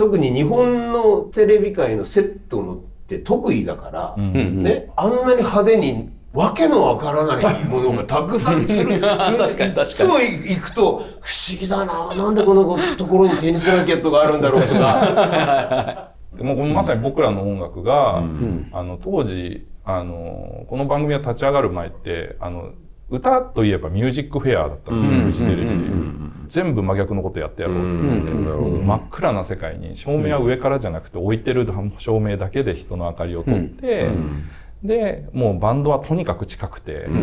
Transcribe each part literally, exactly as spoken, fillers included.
特に日本のテレビ界のセットのって得意だから、うん、ね、あんなに派手にわけのわからないものがたくさんする確かに確かにいつも行くと不思議だな、なんでこのところにテニスラケットがあるんだろうとかでもまさに僕らの音楽が、うん、あの当時あのこの番組が立ち上がる前ってあの歌といえばミュージックフェアだったんですよ、フジテレビで。全部真逆のことやってやろうって思って、真っ暗な世界に照明は上からじゃなくて置いてる照明だけで人の明かりを取って、うん、でもうバンドはとにかく近くて、うん、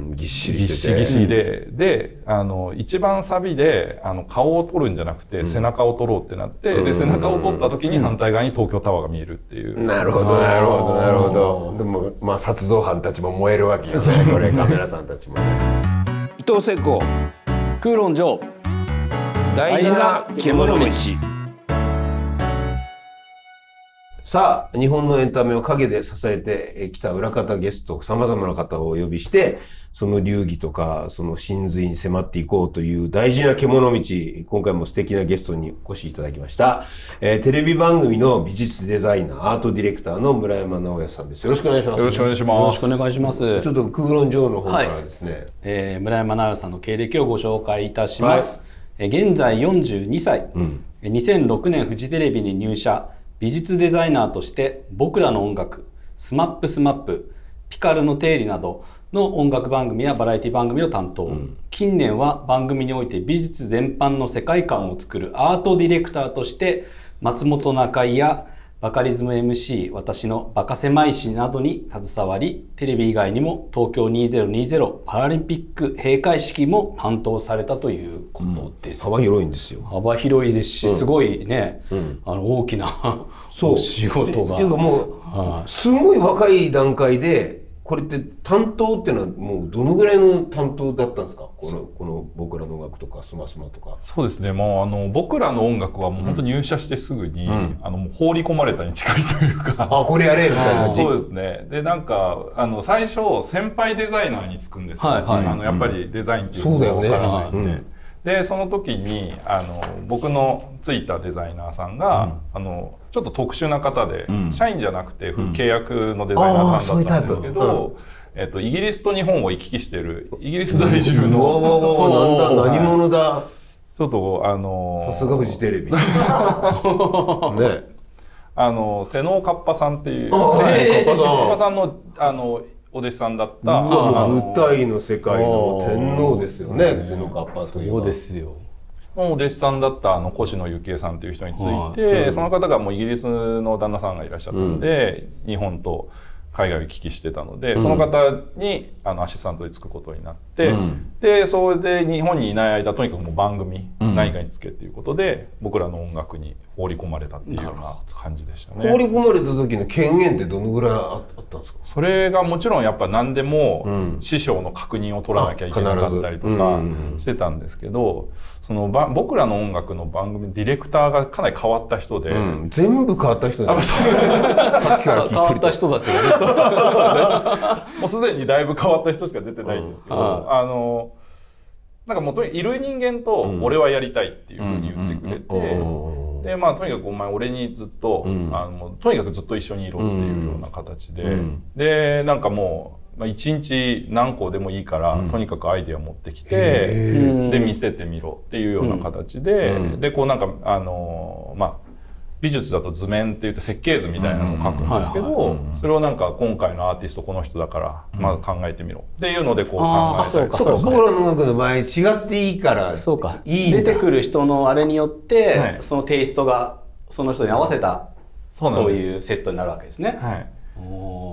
ぎっしりしててぎっしぎしで、であの一番サビであの顔を撮るんじゃなくて、うん、背中を撮ろうってなって、うん、で背中を撮った時に反対側に東京タワーが見えるっていう、うん、 なるほどなるほどなるほど。でもまあ殺造犯たちも燃えるわけよねこれカメラさんたちも伊藤聖子空論城大事な獣道。さあ日本のエンタメを陰で支えてきた裏方ゲストさまざまな方をお呼びしてその流儀とかその真髄に迫っていこうという大事な獣道、今回も素敵なゲストにお越しいただきました、えー、テレビ番組の美術デザイナーアートディレクターの村山直哉さんです。よろしくお願いします。 よろしくお願いします。 よろしくお願いします。 ちょっと空論城の方からですね、はい、 えー、村山直哉さんの経歴をご紹介いたします、はい、現在よんじゅうにさい、うん、にせんろくねんフジテレビに入社、美術デザイナーとして僕らの音楽、スマップスマップ、ピカルの定理などの音楽番組やバラエティ番組を担当、うん、近年は番組において美術全般の世界観を作るアートディレクターとして松本中井やバカリズム エムシー 私のバカせまい史などに携わり、テレビ以外にも東京にせんにじゅうパラリンピック閉会式も担当されたということです、 うん、幅広いんですよ。 幅広いですし、うん、すごいね、うん、あの大きなそう仕事が。 っていうかもう、はあ、すごい若い段階でこれって担当っていうのはもうどのぐらいの担当だったんですか？この、この僕らの音楽とかスマスマとか。 そうですね、もうあの僕らの音楽はもう本当入社してすぐに、うん、あのもう放り込まれたに近いというかあ、これやれみたいな感じ。 そうですね。でなんかあの最初先輩デザイナーにつくんですよ、はいはい、あのやっぱりデザインっていうのが分からないんで、でその時にあの僕のついたデザイナーさんが、うん、あのちょっと特殊な方で、うん、社員じゃなくて契約のデザイナーさんだったんですけど、うん、えっと、イギリスと日本を行き来しているイギリス在住のなんだ何者だ、 ちょっとあのさすがフジテレビね、 あの瀬能カッパさんっていう、 カッパさん、 カッパさんのあのお弟子さんだった、 舞台の世界の天皇ですよね、瀬能カッパという。 そうですよ。 お弟子さんだったあの越野幸恵さんという人について、うん、その方がもうイギリスの旦那さんがいらっしゃったので、うん、日本と海外を行き来してたので、うん、その方にあのアシスタントでつくことになって、うん、でそれで日本にいない間とにかくもう番組、うん、何かにつけっていうことで僕らの音楽に放り込まれたっていうような感じでしたね。 放り込まれた時の権限ってどのぐらいあったんですか？ それがもちろんやっぱ何でも師匠の確認を取らなきゃいけなかったりとかしてたんですけど、その僕らの音楽の番組ディレクターがかなり変わった人で、うん、 全部変わった人だね。さっきから聞いてると変わった人たちがもうすでにだいぶ変わった人しか出てないんですけど、うん、あのなんかもうとにかくいる人間と俺はやりたいっていうふうに言ってくれて、でまあとにかくお前俺にずっと、うん、あのとにかくずっと一緒にいろっていうような形で、うん、でなんかもうまあ、いちにち何個でもいいから、うん、とにかくアイデア持ってきてで見せてみろっていうような形で、うん、でこうなんかあのまあ美術だと図面って言って設計図みたいなのを描くんですけど、それをなんか今回のアーティストこの人だから、うん、まあ考えてみろっていうのでこう考えたりとか、 そうか僕らの音楽の場合違っていいからそうかいい出てくる人のあれによって、はい、そのテイストがその人に合わせたそういうセットになるわけですね。 はい、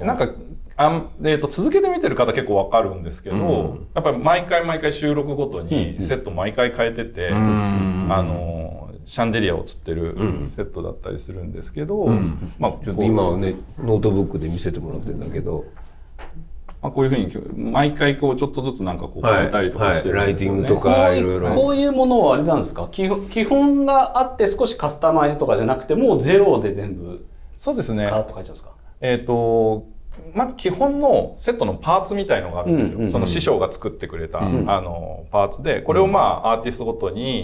なんかあえー、と続けて見てる方結構わかるんですけど、うん、やっぱり毎回毎回収録ごとにセット毎回変えてて、うん、あのシャンデリアをつってるセットだったりするんですけど、うんまあ、ちょっと今はねノートブックで見せてもらってるんだけど、 まあ、こういうふうに毎回こうちょっとずつなんかこう変えたりとかしてるんですよね、 はいはい、ライティングとかいろいろこういうものはあれなんですか、基本、基本があって少しカスタマイズとかじゃなくてもうゼロで全部そうですねカラッと書いちゃうんですか？ えっとまず基本のセットのパーツみたいのがあるんですよ、うんうんうん、その師匠が作ってくれた、うん、あのパーツでこれをまあアーティストごとに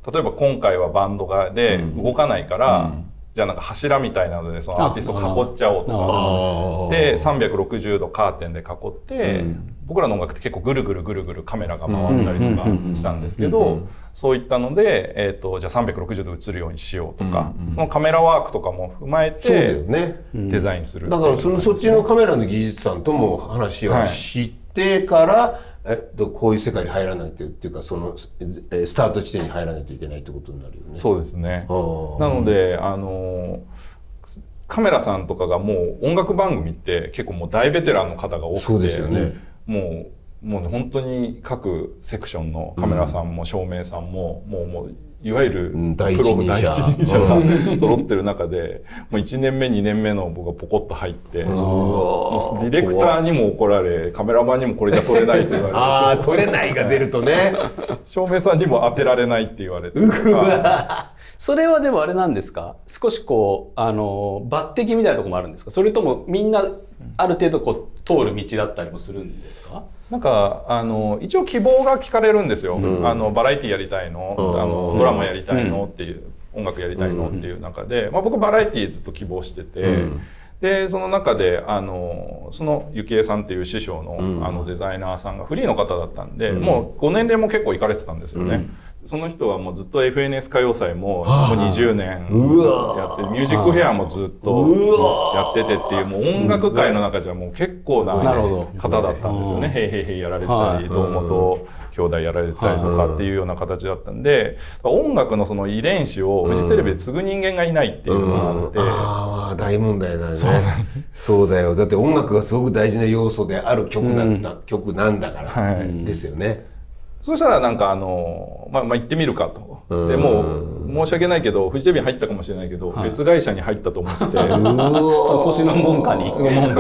例えば今回はバンドがで動かないから、うん、じゃあなんか柱みたいなのでそのアーティストを囲っちゃおうとかでさんびゃくろくじゅうどカーテンで囲って、うん、僕らの音楽って結構ぐるぐるぐるぐるカメラが回ったりとかしたんですけど、そういったので、えー、とじゃあさんびゃくろくじゅうど映るようにしようとか、うんうん、そのカメラワークとかも踏まえてデザインする。 だからそのそっちのカメラの技術さんとも話をしてから、はいえっと、こういう世界に入らないというっていうかそのスタート地点に入らないといけないってことになるよね。 そうですね。なのであのカメラさんとかがもう音楽番組って結構もう大ベテランの方が多くて、 そうですよね。 もうもう本当に各セクションのカメラさんも照明さんも、うん、もうもういわゆる第一人者第一人者が揃ってる中でもういちねんめにねんめの僕がポコッと入ってもうディレクターにも怒られカメラマンにもこれじゃ撮れないと言われてああ撮れないが出るとね照明さんにも当てられないって言われてそれはでもあれなんですか少しこうあの抜擢みたいなところもあるんですかそれともみんなある程度こう通る道だったりもするんですかなんかあの一応希望が聞かれるんですよ、うん、あのバラエティやりたいの、うん、あのドラマやりたいのっていう、うん、音楽やりたいのっていう中で、まあ、僕バラエティずっと希望してて、うん、でその中であのそのゆきえさんっていう師匠 の,、うん、あのデザイナーさんがフリーの方だったんで、うん、もうご年齢も結構行かれてたんですよね、うんその人はもうずっと エフエヌエス 歌謡祭ももうにじゅうねんやってミュージックフェアもずっとやっててっていうもう音楽界の中じゃもう結構な方だったんですよね。ヘイヘイヘイやられてたり堂本兄弟やられてたりとかっていうような形だったんで音楽のその遺伝子をフジテレビで継ぐ人間がいないっていうのがあって、 ああ大問題だね。そうだよ。だって音楽がすごく大事な要素である曲なんだ、うん、曲なんだからですよね。 そしたらなんかあの、まあ、まあ行ってみるかと。でもう申し訳ないけどフジテレビに入ったかもしれないけど、はい、別会社に入ったと思って腰の門下に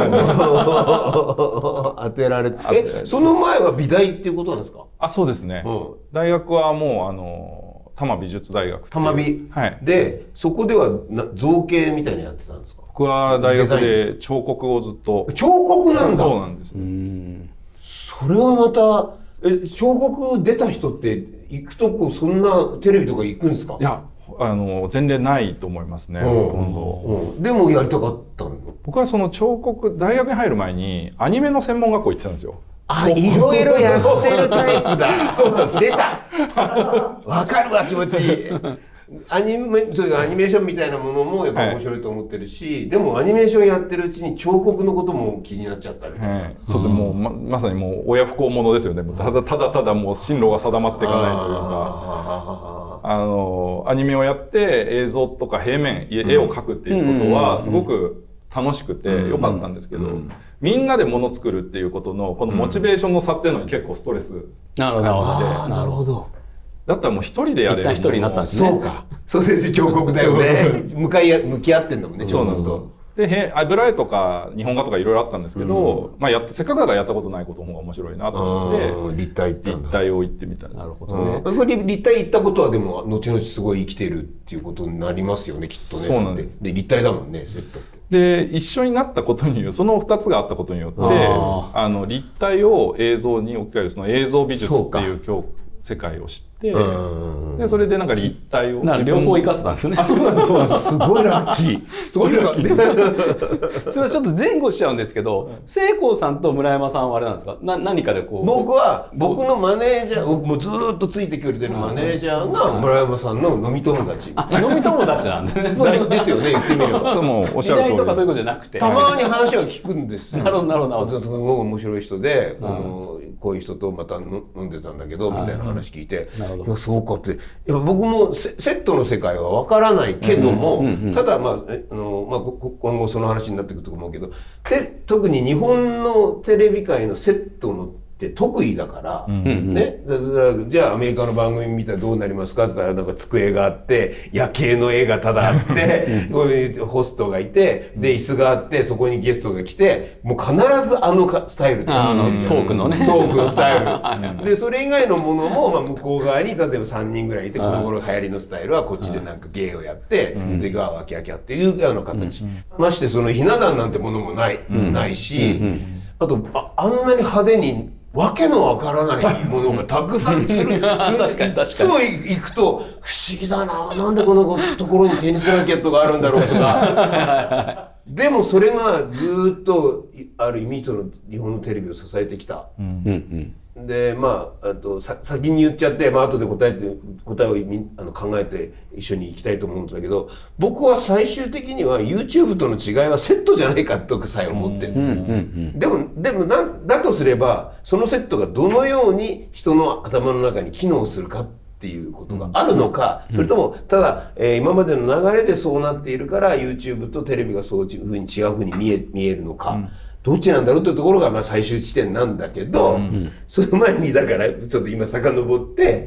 当てられてえその前は美大っていうことなんですか？ あそうですね、うん、大学はもうあの多摩美術大学多摩美、はい、でそこではな造形みたいなやってたんですか？ 僕は大学で彫刻をずっと彫刻なんだ。 そうなんですね。 うんそれはまたえ彫刻出た人って行くとこそんなテレビとか行くんですか？ いやあの前例ないと思いますね、ほとんど。 でもやりたかったの？僕はその彫刻大学に入る前にアニメの専門学校行ってたんですよ。 あいろいろやってるタイプだ出たわかるわ気持ちいい。アニメ、そういうアニメーションみたいなものもやっぱ面白いと思ってるし、はい、でもアニメーションやってるうちに彫刻のことも気になっちゃったりとか、はい、 そうでもう ま, まさにもう親不孝者ですよね。ただただただもう進路が定まっていかないというか、あのアニメをやって映像とか平面絵を描くっていうことはすごく楽しくて良かったんですけど、うんうん、みんなで物作るっていうことのこのモチベーションの差っていうのに結構ストレス感じて、 うん、なるほど。 だったらもう一人でやれる。 一人になったんですね。 そうか。そうですよ、彫刻だよね。向かいや向き合ってんだもんね。 そうなんですよ。で、油絵とか日本画とかいろいろあったんですけど、うん、まあやっせっかくだからやったことないことの方が面白いなと思って、 立体行ったんだ。 立体を行ってみた。なるほどね。 うん、立体行ったことはでも後々すごい生きてるっていうことになりますよね、きっとね。 そうなんです。 で立体だもんね、セットって。 で一緒になったことによってそのふたつがあったことによってああの立体を映像に置き換えるその映像美術っていう教世界を知って、でそれでなんか立体を両方生かせたんですね。 あ、そうなんです、そうなんです。 すごいラッキー。 すごいラッキー。それはちょっと前後しちゃうんですけど、聖光さんと村山さんはあれなんですか？な何かでこう。 僕は僕のマネージャー、僕もずーっとついてくれてるマネージャーが村山さんの飲み友達。 あ、飲み友達なんですね。 ですよね、言ってみれば。 もうおっしゃる通り。 とかそういうことじゃなくて。 たまに話は聞くんですよ。 なるほどなるほどなるほど。 すごい面白い人で、あのこういう人とまた飲んでたんだけどみたいな話聞いて。いやそうかっていや僕もセットの世界は分からないけども、うんうんうんうん、ただ、まああのまあ、今後その話になってくると思うけど特に日本のテレビ界のセットのって得意だから、うんうん、ね、じゃあアメリカの番組見たらどうなりますかって言ったらなんか机があって夜景の絵がただあってこういうホストがいてで椅子があってそこにゲストが来てもう必ずあのスタイルであのトークのねトークのスタイルでそれ以外のものも、まあ、向こう側に例えばさんにんぐらいいてこの頃流行りのスタイルはこっちでなんか芸をやってでガーワキャキャっていうような形、うんうん、ましてそのひな壇なんてものもない、うん、ないし、うんうん、あと あ, あんなに派手にわけのわからないものがたくさんつる確かに確かに。いつも行くと不思議だな、なんでこのところにテニスラケットがあるんだろうとかでもそれがずっとある意味その日本のテレビを支えてきた、 うんうんでまあ、あとさ先に言っちゃって、まあ後で答えて答えをみあの考えて一緒に行きたいと思うんだけど、僕は最終的には YouTube との違いはセットじゃないかとかさえ思ってる、 うんうんうん、 でもでもなんだとすればそのセットがどのように人の頭の中に機能するかっていうことがあるのか、うん、それともただ、えー、今までの流れでそうなっているから YouTube とテレビがそういうふうに違うふうに見え、見えるのか、うん、どっちなんだろうというところがまあ最終地点なんだけど、うん、その前にだからちょっと今遡って、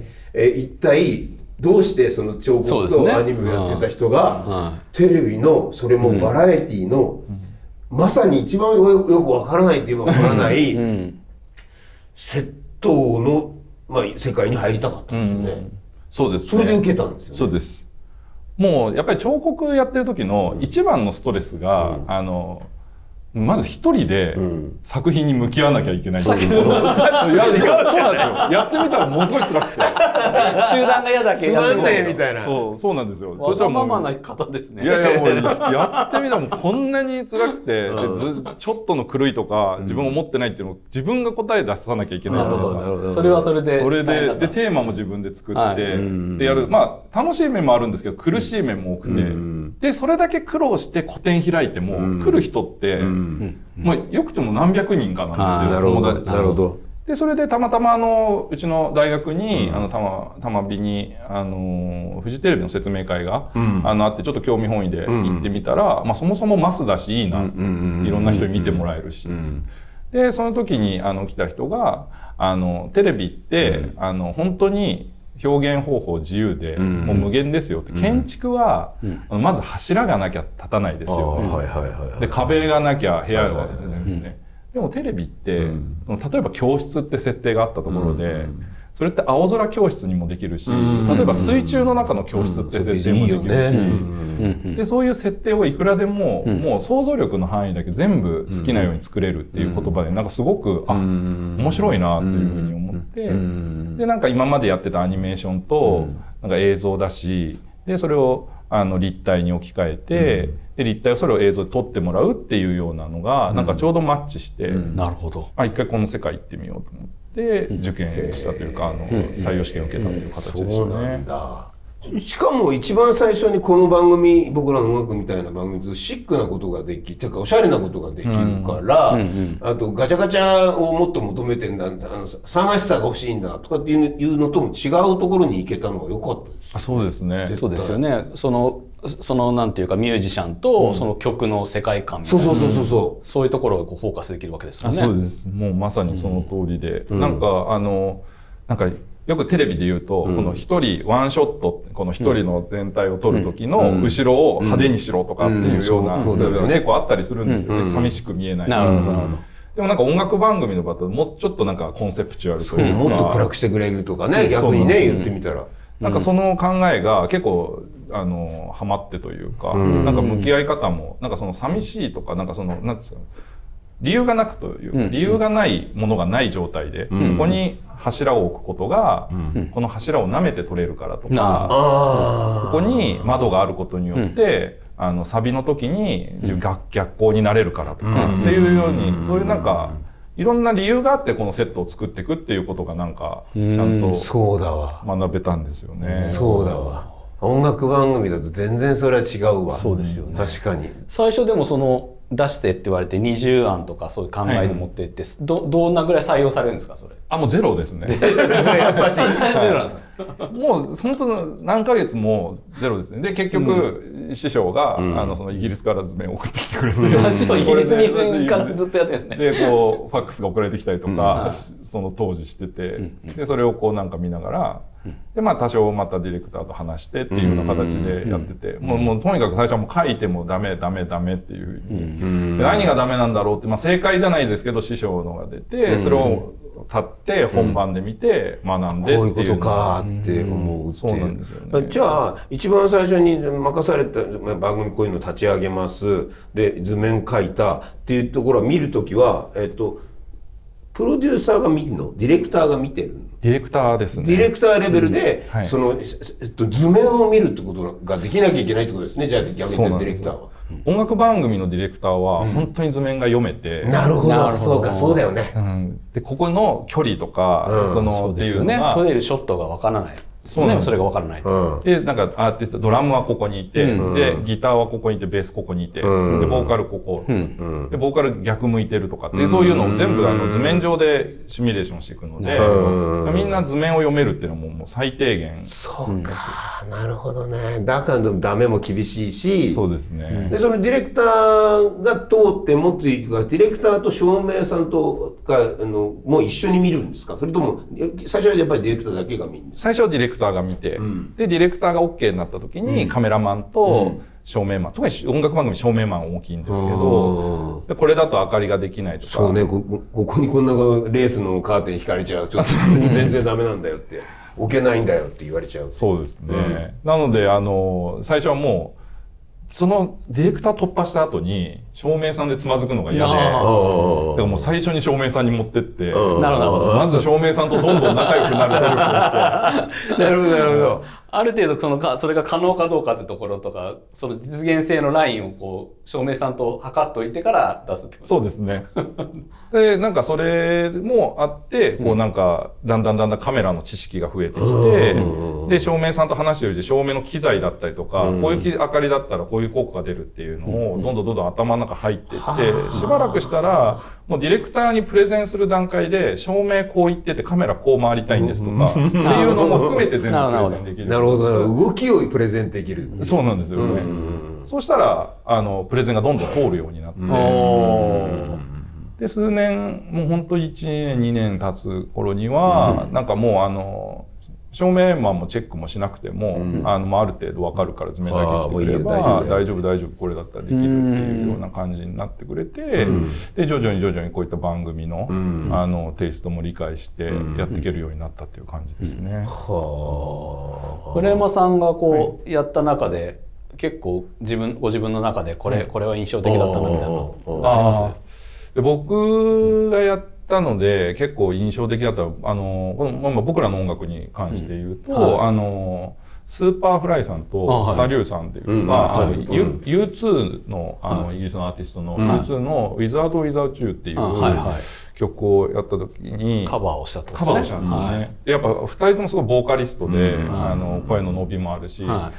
えー、一体どうしてその彫刻とアニメをやってた人が、ね、テレビのそれもバラエティの、うん、まさに一番よくわからないって言えばわからない、うん、窃盗の、まあ、世界に入りたかったんですよね、うん、 そうですね。 それで受けたんですよね。 そうです。もうやっぱり彫刻やってる時の一番のストレスが、うん、あのまず一人で作品に向き合わなきゃいけない、うん、さっきのさっき違うそうなんですよ。やってみたらものすごい辛くて集団が嫌だけつまんないみたいな。 そうそうなんですよ。 そしたらもうわがままな方ですね。 いやいやもうやってみたらもうこんなに辛くて、うん、でずちょっとの狂いとか自分思ってないっていうのを自分が答え出さなきゃいけないじゃないですか、 うん、それはそれでそれででテーマも自分で作って、はい、でやる。まあ楽しい面もあるんですけど苦しい面も多くて、うん、でそれだけ苦労して個展開いても、うん、来る人って、うんもうよくても何百人かなんですよ、友達。 なるほど。 でそれでたまたまあのうちの大学に、うん、あのたまたまびにあのフジテレビの説明会が、うん、あのあってちょっと興味本位で行ってみたら、うんまあ、そもそもマスだしいいな、うん、いろんな人に見てもらえるし、うん、でその時にあの来た人があのテレビって、うん、あの本当に表現方法自由で、うん、もう無限ですよって、うん、建築は、うん、まず柱がなきゃ立たないですよ、ね、で壁がなきゃ部屋が立たないですね。でもテレビって、うん、例えば教室って設定があったところで、うん、それって青空教室にもできるし、うん、例えば水中の中の教室って設定もできるし、うん、でそういう設定をいくらでも、うん、もう想像力の範囲だけ全部好きなように作れるっていう言葉でなんかすごく、うん、あ面白いなっていうふうに思って、うん、でなんか今までやってたアニメーションと、うん、なんか映像だしでそれをあの立体に置き換えて、うん、で立体をそれを映像で撮ってもらうっていうようなのが、うん、なんかちょうどマッチして、 うん、なるほど。 あ一回この世界行ってみようと思って受験したというか、うん、あの採用試験を受けたという形でしたね。そうなんだ。 しかも一番最初にこの番組僕らの音楽みたいな番組とシックなことができてかおしゃれなことができるから、うんうんうん、あとガチャガチャをもっと求めてんだあの探しさが欲しいんだとかっていうのとも違うところに行けたのが良かったです。 あそうですね。 そうですよね。そのそのなんていうかミュージシャンとその曲の世界観みたいな、 うん、そうそうそうそうそういうところをこうフォーカスできるわけですからね。 そうです。もうまさにその通りで、うん、なんかあのなんかよくテレビで言うと、うん、この一人ワンショットこの一人の全体を撮る時の後ろを派手にしろとかっていうような結構あったりするんですよね、うん、寂しく見えない。なるほど。でもなんか音楽番組の場合もうちょっとなんかコンセプチュアルというかもっと暗くしてくれるとかね、逆にね言ってみたらなんかその考えが結構あのハマってというか、うん、なんか向き合い方もなんかその寂しいとかなんかそのなんですか理由がなくというか、うん、理由がないものがない状態で、うん、ここに柱を置くことが、うん、この柱を舐めて取れるからとか、ここに窓があることによって、うん、あのサビの時に逆逆光になれるからとか、うん、っていうように、うん、そういうなんかいろんな理由があってこのセットを作っていくっていうことがなんかちゃんと学べたんですよね。 そうだわ。音楽番組だと全然それは違うわ。 そうですよね。 確かに。 最初でもその出してって言われてにじゅうあんとかそういう考えで持っていって、はい、ど, どんなぐらい採用されるんですかそれ。 あもうゼロですね。 やっぱりゼロなんですね。 もう本当の何ヶ月もゼロですね。で結局、うん、師匠が、うん、あのそのイギリスから図面を送ってきてくれて、うん、 イギリスに面からずっとやってるんですね。 でこうファックスが送られてきたりとか、うん、その当時してて、うん、でそれをこうなんか見ながら。でまあ多少またディレクターと話してっていうような形でやってて、うん、もう、もうとにかく最初はもう書いてもダメダメダメっていうふうに、うん、で何がダメなんだろうって、まあ、正解じゃないですけど師匠のが出て、うん、それを立って本番で見て学んでっていう、 こういうことかって思うっていう、 そうなんですよね。 じゃあ一番最初に任された番組こういうの立ち上げますで図面書いたっていうところを見るときはえっとプロデューサーが見るの？ディレクターが見てるの？ ディレクターですね。 ディレクターレベルで、 うんはい、 その、えっと、図面を見るってことができなきゃいけないってことですね。じゃあ逆にディレクターは。 音楽番組のディレクターは本当に図面が読めて、 うん、なるほど、そうか、そうだよね。 うん、でここの距離とか、うん、そのっていうのが撮れるショットがわからない。そうね、それが分からない、 うん、でなんかアーティストドラムはここにいて、うん、でギターはここにいてベースここにいて、うん、でボーカルここ、うん、でボーカル逆向いてるとかって、うん、そういうのを全部あの図面上でシミュレーションしていくので、うん、みんな図面を読めるっていうのももう最低限。 そうか、うん、なるほどね。だからダメも厳しいし、 そうですね。 でそのディレクターが通ってもっていうか、ディレクターと照明さんとかあのもう一緒に見るんですか？それとも最初はやっぱりディレクターだけが見るんですか？ 最初はディレクターが見て、うん、でディレクターが OK になった時に、うん、カメラマンと照明マン、特に音楽番組照明マン大きいんですけど、でこれだと明かりができないとか、 そうね、こ, ここにこんなレースのカーテン引かれちゃう、ちょっと全然ダメなんだよって置けないんだよって言われちゃう。 そうですね、うん、なのであの最初はもうそのディレクター突破した後に照明さんでつまずくのが嫌で、だからもう最初に照明さんに持ってって、まず照明さんとどんどん仲良くなる努力をして。 なるほどなるほど。 ある程度そのかそれが可能かどうかってところとか、その実現性のラインをこう照明さんと測っといてから出すってこと。 そうですね。でなんかそれもあってこうなんかだんだんだんだんカメラの知識が増えてきて、で照明さんと話してるうち照明の機材だったりとか、こういう明かりだったらこういう効果が出るっていうのをどんどんどんどん頭の中入っていって、しばらくしたらもうディレクターにプレゼンする段階で照明こう言っててカメラこう回りたいんですとかっていうのも含めて全部プレゼンできる。 なるほど、動きをプレゼンできる。 そうなんですよね。そうしたらあのプレゼンがどんどん通るようになって、で数年もう本当いちねんにねん経つ頃には、うん、なんかもうあの照明マンもチェックもしなくても、うん、あのある程度わかるから図面だけ来てくれば大丈夫大丈夫これだったらできるっていうような感じになってくれて、うん、で徐々に徐々にこういった番組の、うん、あのテイストも理解してやっていけるようになったっていう感じですね。 村山さんがこうやった中で、はい、結構自分ご自分の中でこれ、うん、これは印象的だったなみたいなのあります？ で僕がやったので結構印象的だったあのこの、まあ、僕らの音楽に関して言うと、うんはい、あのスーパーフライさんとサリューさんっていうのが ユーツー の, あのイギリスのアーティストの ユーツー の Without Without You っていう曲をやった時にカバーをしたとカバーをしたんですよね。はい、でやっぱふたりともすごいボーカリストで、うん、あの声の伸びもあるし、はい、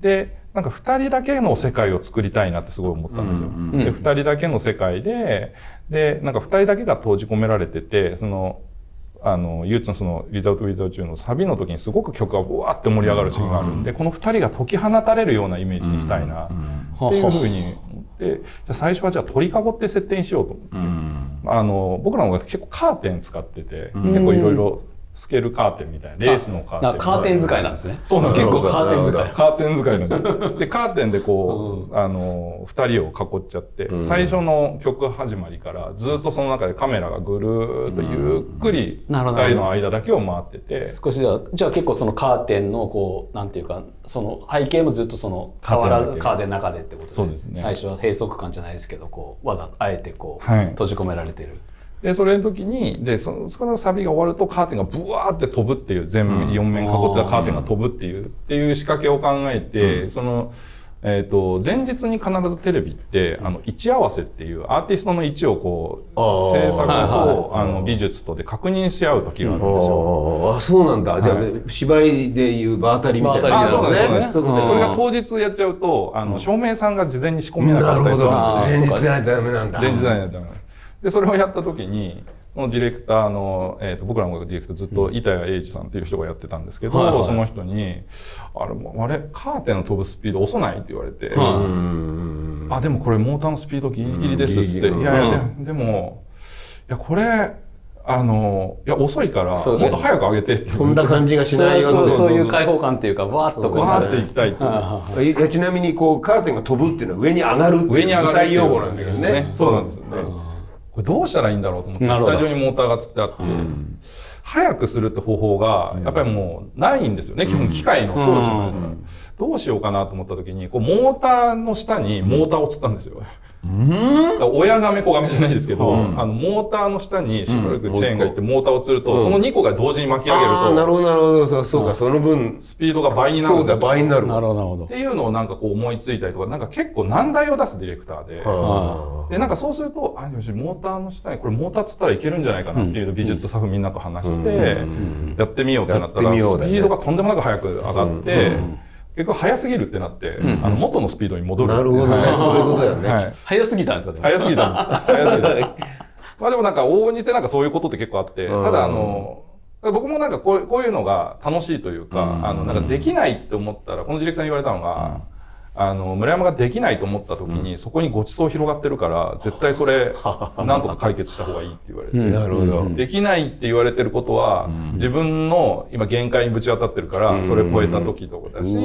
でなんかふたりだけの世界を作りたいなってすごい思ったんですよ。うんうん、でふたりだけの世界で、でなんかふたりだけが閉じ込められてて、そのあのユーツのその Without Without You のサビの時にすごく曲がブワーって盛り上がるシーンがあるんで、うん、このふたりが解き放たれるようなイメージにしたいなっていうふうに思って、じゃあ最初はじゃあ鳥かごって設定にしようと思って、うん、あの僕らの方が結構カーテン使ってて、うん、結構いろいろ透けるカーテンみたいなレースのカーテンカーテン使いなんですね。 そうなんです。 結構カーテン使い。 カーテン使いなんです。でカーテンでこう、うん、あのふたりを囲っちゃって、うん、最初の曲始まりからずっとその中でカメラがぐるーっとゆっくりふたりの間だけを回ってて、 うん、少しじゃあじゃあ結構そのカーテンのこうなんていうかその背景もずっとその変わらずカーテンの中でってことで、 そうですね。 最初は閉塞感じゃないですけどこうわざあえてこう、はい、閉じ込められてる。 でそれの時にでそのそのサビが終わるとカーテンがブワーって飛ぶっていう全面、うん、よん面囲ってたカーテンが飛ぶっていうっていう仕掛けを考えて、うん、その、えー、と前日に必ずテレビって、うん、あの位置合わせっていうアーティストの位置をこう制作と、はい、あの美術とで確認し合う時があるんですよ。 あそうなんだ、はい、じゃあ、ね、芝居でいう場当たりみたいな。 あそうですね。それが当日やっちゃうとあの照明さんが事前に仕込めなかったりするんです。 前日じゃないとダメなんだ。 前日じゃないとダメなんです。でそれをやった時にそのディレクターの、えー、と僕らのディレクターずっと板谷英二さんっていう人がやってたんですけど、はいはい、その人にあれあれカーテンの飛ぶスピード遅ないって言われて、うんあでもこれモーターのスピードギリギリですっつって、うん、いやいや で, でもいやこれあのいや遅いからもっと早く上げてって飛んだ感じがしないようなそういう開放感っていうかバーッとバーッていきたいっていやちなみにこうカーテンが飛ぶっていうのは上に上がるっていう舞台用語なんだけどね。 そうなんですよね。これどうしたらいいんだろうと思ってスタジオにモーターがつってあって、うん、早くするって方法がやっぱりもうないんですよね、うん、基本機械の装置の、うん、どうしようかなと思った時にこうモーターの下にモーターをつったんですよ。 うん、親亀子亀じゃないですけど、 うん、 あのモーターの下にしばらくチェーンがいってモーターをつると、うん、そのにこが同時に巻き上げると、 あ、なるほどなるほど、そうそうか、その分スピードが倍になるんですよ。 そうだ、倍になる。 なるほどなるほど。 っていうのをなんかこう思いついたりとか、なんか結構難題を出すディレクターで、はあ、でなんかそうすると、あ、よしモーターの下にこれモーターつったらいけるんじゃないかなっていう美術スタッフみんなと話して、うん、やってみようってなったら、スピードがとんでもなく速く上がって。うんうん、結構早すぎるってなって、うん、あの元のスピードに戻る。 なるほどね。そういうことだよね。はい、 早すぎたんですか？ 早すぎたんです。早すぎた。まあでもなんか往々にしてなんかそういうことって結構あって、ただあの僕もなんかこうこういうのが楽しいというか、うん、あのなんかできないって思ったらこのディレクターに言われたのが。うんあの村山ができないと思った時に、うん、そこにごちそう広がってるから絶対それなんとか解決した方がいいって言われて、 なるほど。 できないって言われてることは、うん、自分の今限界にぶち当たってるからそれ超えた時とかだし、うん、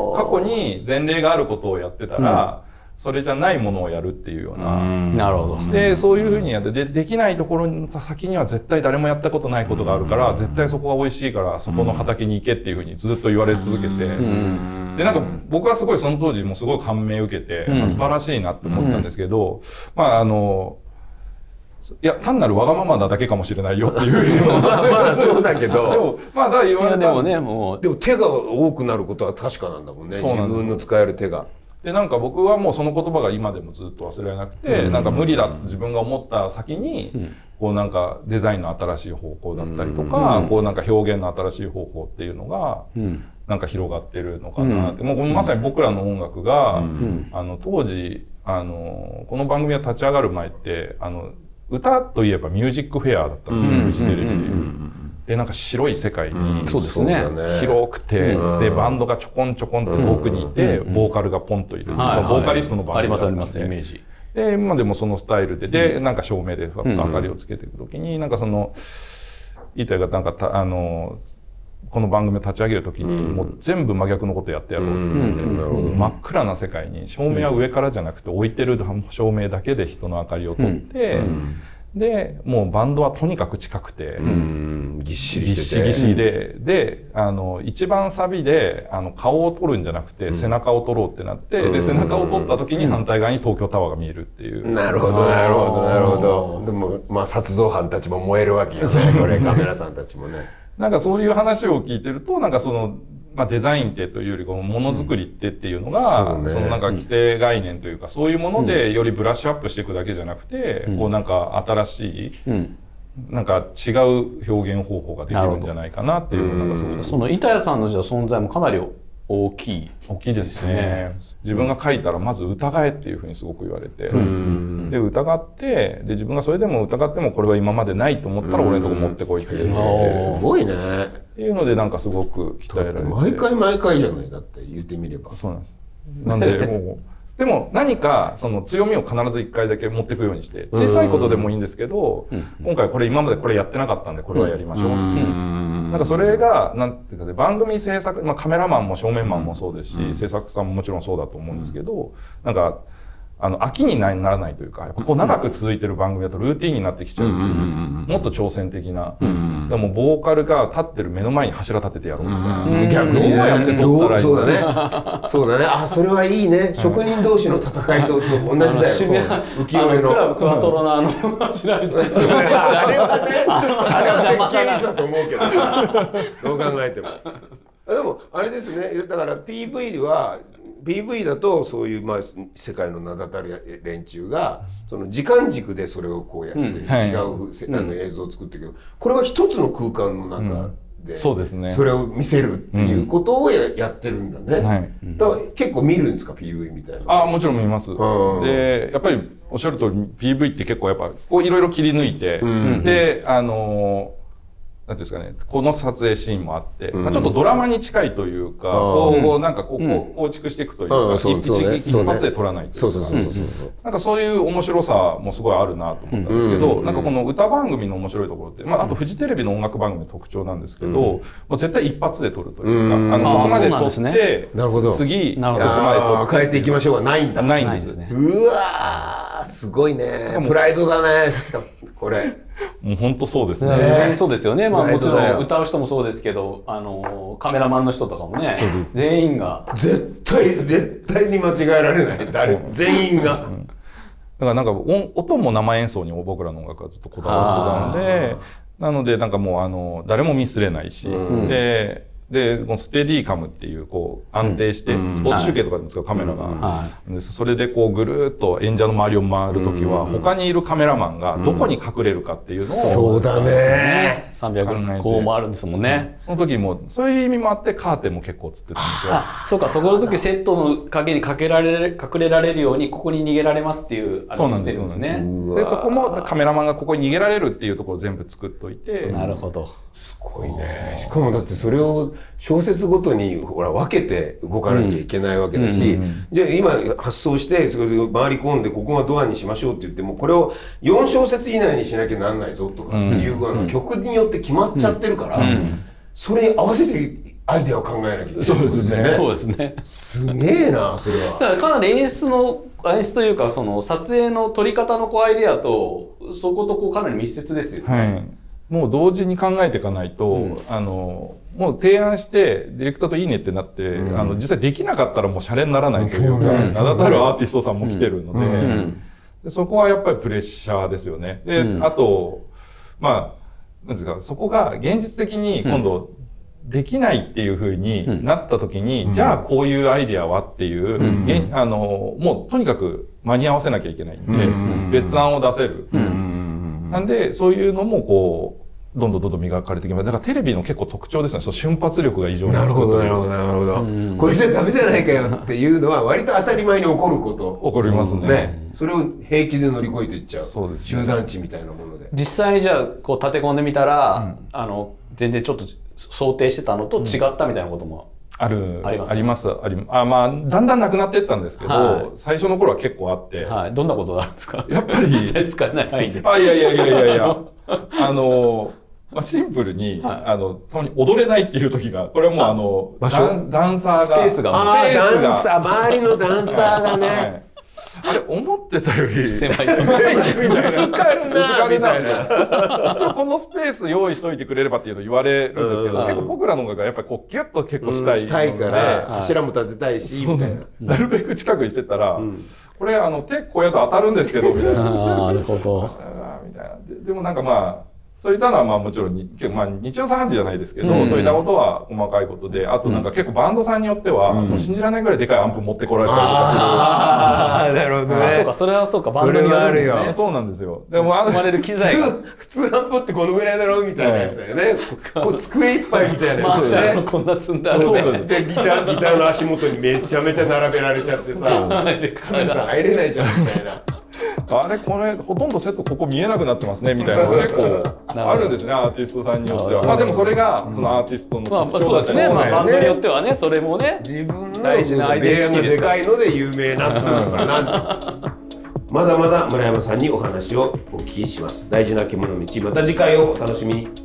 過去に前例があることをやってたら、うんそれじゃないものをやるっていうような。 なるほど。 で、そういうふうにやって、で、できないところの先には絶対誰もやったことないことがあるから、絶対そこが美味しいから、そこの畑に行けっていうふうにずっと言われ続けて、で、なんか僕はすごいその当時もすごい感銘を受けて、まあ、素晴らしいなって思ったんですけど、まあ、あの、いや、単なるわがままなだけかもしれないよっていうまあまあそうだけど。 でも、まあだから言われた。 でもね、もう。 でも手が多くなることは確かなんだもんね。自分の使える手が。 でなんか僕はもうその言葉が今でもずっと忘れられなくて、うん、なんか無理だって自分が思った先に、うん、こうなんかデザインの新しい方向だったりとか、うん、こうなんか表現の新しい方法っていうのが、うん、なんか広がってるのかなって、うん、もうまさに僕らの音楽が、うん、あの当時あのこの番組が立ち上がる前ってあの歌といえばミュージックフェアだったんですよ、フジテレビで。でなんか白い世界に広くて、でバンドがちょこんちょこんと遠くにいて、ボーカルがポンといる、ボーカリストのバンドがありますありますイメージ。 で今でもそのスタイルででなんか照明でふわっと明かりをつけていくときになんかその言いたいがなんかあのこの番組を立ち上げるときにもう全部真逆のことやってやろうと思って真っ暗な世界に照明は上からじゃなくて置いてる照明だけで人の明かりを取って。でもうバンドはとにかく近くて、うん、ぎっしりしててぎっしぎっしで、であの一番サビであの顔を撮るんじゃなくて、うん、背中を撮ろうってなって、うん、で背中を撮った時に反対側に東京タワーが見えるっていう。なるほどなるほどなるほど。でもまあ殺造犯たちも燃えるわけよねこれカメラさんたちもね。 なんかそういう話を聞いてるとなんかその。まあ、デザインってというよりものづくりってっていうのが、うん そ, ね、そのなんか既成概念というか、うん、そういうものでよりブラッシュアップしていくだけじゃなくて、うん、こうなんか新しい、うん、なんか違う表現方法ができるんじゃないかなっていう、なんかそういうその板谷さんのじゃ存在もかなり大きい大きいですね。自分が書いたらまず疑えっていうふうにすごく言われて、うん、で疑ってで自分がそれでも疑ってもこれは今までないと思ったら俺のとこ持ってこいって言われて、 すごいね。 っていうのでなんかすごく鍛えられて、 毎回毎回じゃないだって言ってみれば。 そうなんです。なんでもうでも何かその強みを必ず一回だけ持っていくようにして小さいことでもいいんですけど、うん、今回これ今までこれやってなかったんでこれはやりましょうっていう、うん、なんかそれがなんていうかね番組制作、まあ、カメラマンも照明マンもそうですし、うん、制作さんももちろんそうだと思うんですけど、なんかあの飽きにならないというかやっぱこう長く続いてる番組だとルーティンになってきちゃうっていう、もっと挑戦的な、うん、でもボーカルが立ってる目の前に柱立ててやろうみたいな、うん、逆に、ね、どうやって撮ったらいいの？ そうだねそうだね。あ、それはいいね。職人同士の戦いと同じだよ。 浮世絵のクラブクワトロのあの柱みたいなあれはねあれは設計ミスだと思うけどどう考えても。でもあれですね。だから ピーブイ はピーブイ だとそういう、まあ、世界の名だたる連中がその時間軸でそれをこうやって違う、うんはい、あの映像を作ってるけど、これは一つの空間の中で、うん、そうですね、それを見せるっていうことを や,、うん、やってるんだね、はい、だから結構見るんですか ピーブイ みたいな。 あ、もちろん見ます、うん、でやっぱりおっしゃる通り ピーブイ って結構やっぱこういろいろ切り抜いて、うん、であのーなんていうんですかね、この撮影シーンもあって、うん、まあ、ちょっとドラマに近いというか、こう、うん、なんかこう、うん、構築していくというか、うん、一, ね、一発で撮らないというか、そうそうそうそうそう、なんかそういう面白さもすごいあるなと思ったんですけど、うん、なんかこの歌番組の面白いところって、まあ、あとフジテレビの音楽番組の特徴なんですけど、うん、もう絶対一発で撮るというか、うん、あのここまで撮って、ね、なるほど、次、ここまで撮って、 変えていきましょうがないんだ。 ないんです。 ね、うわー、すごいね。プライドだね、これ。 もう本当そうですね。 ね、そうですよね。まあもちろん歌う人もそうですけど、あのカメラマンの人とかもね、全員が絶対絶対に間違えられない。誰全員が。 からなんか音, 音も生演奏に僕らの音楽はずっとこだわってたので、なのでなんかもうあの誰もミスれないし、うん、ででこのステディカムっていうこう安定してスポーツ中継とかでも使うカメラが、でそれでこうぐるっと演者の周りを回る時は他にいるカメラマンがどこに隠れるかっていうのを、 そうだね、 さんびゃくこうもあるんですもんね。 その時もそういう意味もあってカーテンも結構つってたんですよ。 あ、そうか、そこの時セットの影にかけられ隠れられるようにここに逃げられますっていうあれにしてるんですね。 でそこもカメラマンがここに逃げられるっていうところを全部作っといて。 なるほど。 すごいね。しかもだってそれを小説ごとにほら分けて動かなきゃいけないわけだし、うんうんうん、じゃあ今発想してそれで回り込んでここがドアにしましょうって言ってもこれをよん小節以内にしなきゃなんないぞとかいう、うん、あの曲によって決まっちゃってるから、うんうん、それに合わせてアイデアを考えなきゃいけない。 そうですね。そうですね。 すげえなそれは。 だからかなり演出の演出というかその撮影の撮り方のこうアイデアとそことこうかなり密接ですよね。はい、 もう同時に考えていかないと、うん、あのもう提案してディレクターといいねってなって、うん、あの実際できなかったらもうシャレにならないというか、名だたるアーティストさんも来てるので、うんうん、でそこはやっぱりプレッシャーですよね。で、うん、あとまあなんですか、そこが現実的に今度できないっていう風になった時に、うん、じゃあこういうアイデアはっていう、うん、あのもうとにかく間に合わせなきゃいけないんで、うん、別案を出せる。うん、なんでそういうのもこうどんどんどんどん磨かれてきます。だからテレビの結構特徴ですね。その瞬発力が異常になるほどなるほどなるほど、うん、これじゃダメじゃないかよっていうのは割と当たり前に起こること起こりますね。うん、ね、 それを平気で乗り越えていっちゃう。そうですね、集団値みたいなもので実際にじゃあこう立て込んでみたら、うん、あの全然ちょっと想定してたのと違ったみたいなことも、うん、あるあります、ね、ありますありあまあだんだんなくなっていったんですけど、はい、最初の頃は結構あって、 はい、どんなことがあるんですか。 やっぱり使えない範囲で。 あいやいやいやいやいやあのまあ、シンプルに、はい、あのたまに踊れないっていう時が、これはもうあの場所ダンサーがスペースがあーダンサー周りのダンサーがね、はい、 あれ思ってたより狭いぶつかるなみたいな。 一応このスペース用意しといてくれればっていうの言われるんですけど、結構僕らの音楽がやっぱりこうギュッと結構したい、うん、 したいから柱も立てたいしみたいな。 なるべく近くにしてたら、うん、これあの手こうやると当たるんですけどみたいな。 なるほど。 みたいな。で、でもなんかまあ。そういったのはまあもちろん、まあ、日曜さんじゃないですけど、うん、そういったことは細かいことで、あとなんか結構バンドさんによっては、うん、もう信じられないぐらいでかいアンプ持ってこられたりとかする。 ああ、なるほどね。 あ、そうか、それはそうか、バンドにあるよ。 そうなんですよ。 でも、持ち込まれる機材が。 普通アンプってこのぐらいだろうみたいなやつだよね。こう机いっぱいみたいなやつだよね。 こんな積んであるね。 で、ギター、ギターの足元にめちゃめちゃ並べられちゃってさ、カメラさん入れないじゃんみたいな。 あれこれほとんどセットここ見えなくなってますねみたいなのが結構あるんですね、アーティストさんによっては。まあでもそれがそのアーティストの特徴ですね。 まあバンドによってはね、それもね、 自分の大事なアイデンティティですから。 でかいので有名なとかさ、なんまだまだ村山さんにお話をお聞きします。大事な獣道、また次回をお楽しみに。